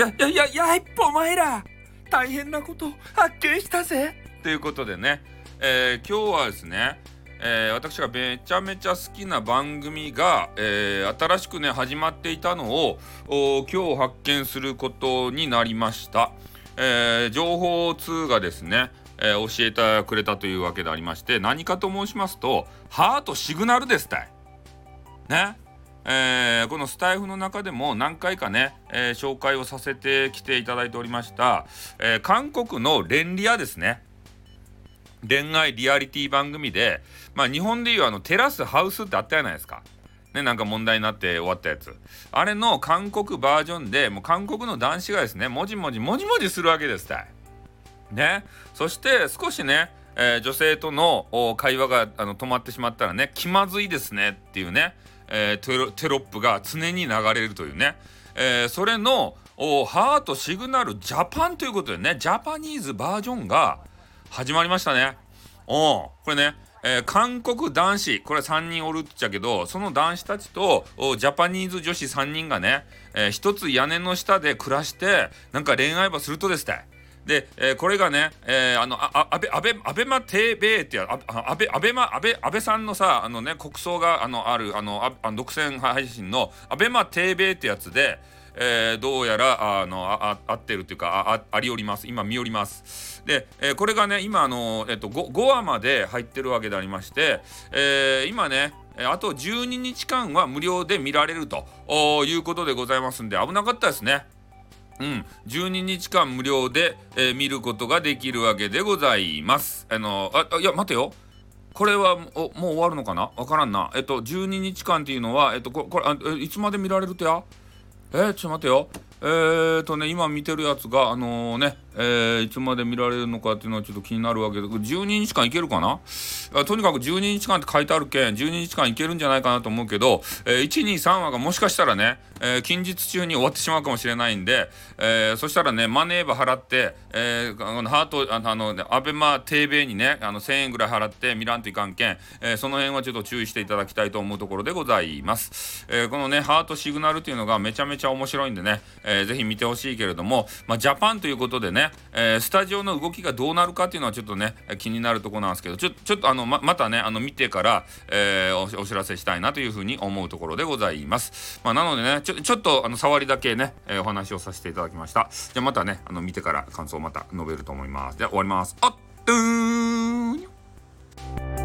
一歩お前ら大変なこと発見したぜということでね、今日はですね、私がめちゃめちゃ好きな番組が、新しくね始まっていたのを今日発見することになりました。情報通がですね、教えてくれたというわけでありまして、何かと申しますとハートシグナルですたいね。このスタイフの中でも何回かね、紹介をさせてきていただいておりました、韓国の恋リアですね。恋愛リアリティ番組で、日本でいうテラスハウスってあったじゃないですかね。なんか問題になって終わったやつ、あれの韓国バージョンで、もう韓国の男子がですねもじもじするわけですたいね。そして少しね、女性との会話が止まってしまったらね、気まずいですねっていうね、テロップが常に流れるというね、それのハートシグナルジャパンということでね、ジャパニーズバージョンが始まりましたね。これね、韓国男子これ3人おるっちゃけど、その男子たちとジャパニーズ女子3人がね、一つ屋根の下で暮らしてなんか恋愛ばするとですね。で、これがね、アベマ TV ってや安倍さんのさ国葬がある独占配信のアベマ TV ってやつで、どうやら合ってるっていうかありおります。今見おります。で、これがね今5話まで入ってるわけでありまして、今ねあと12日間は無料で見られるということでございますんで、危なかったですね。12日間無料で、見ることができるわけでございます。いや待てよ、これはもう終わるのかな、わからんな。12日間っていうのはこれいつまで見られるとや。ちょっと待てよ。今見てるやつがいつまで見られるのかっていうのはちょっと気になるわけで、12日間いけるかな。とにかく12日間って書いてあるけん12日間いけるんじゃないかなと思うけど、123話がもしかしたらね、近日中に終わってしまうかもしれないんで、そしたらねマネーバ払って、ハートアベマ TV にね1000円ぐらい払って見らんといかんけん、その辺はちょっと注意していただきたいと思うところでございます。このねハートシグナルっていうのがめちゃめちゃ面白いんでね、ぜひ見てほしいけれども、ジャパンということでね、スタジオの動きがどうなるかっていうのはちょっとね気になるところなんですけど、ちょっとまたね見てから、お知らせしたいなというふうに思うところでございます。なのでねちょっと触りだけね、お話をさせていただきました。じゃあまたね見てから感想をまた述べると思います。じゃあ終わります。あっ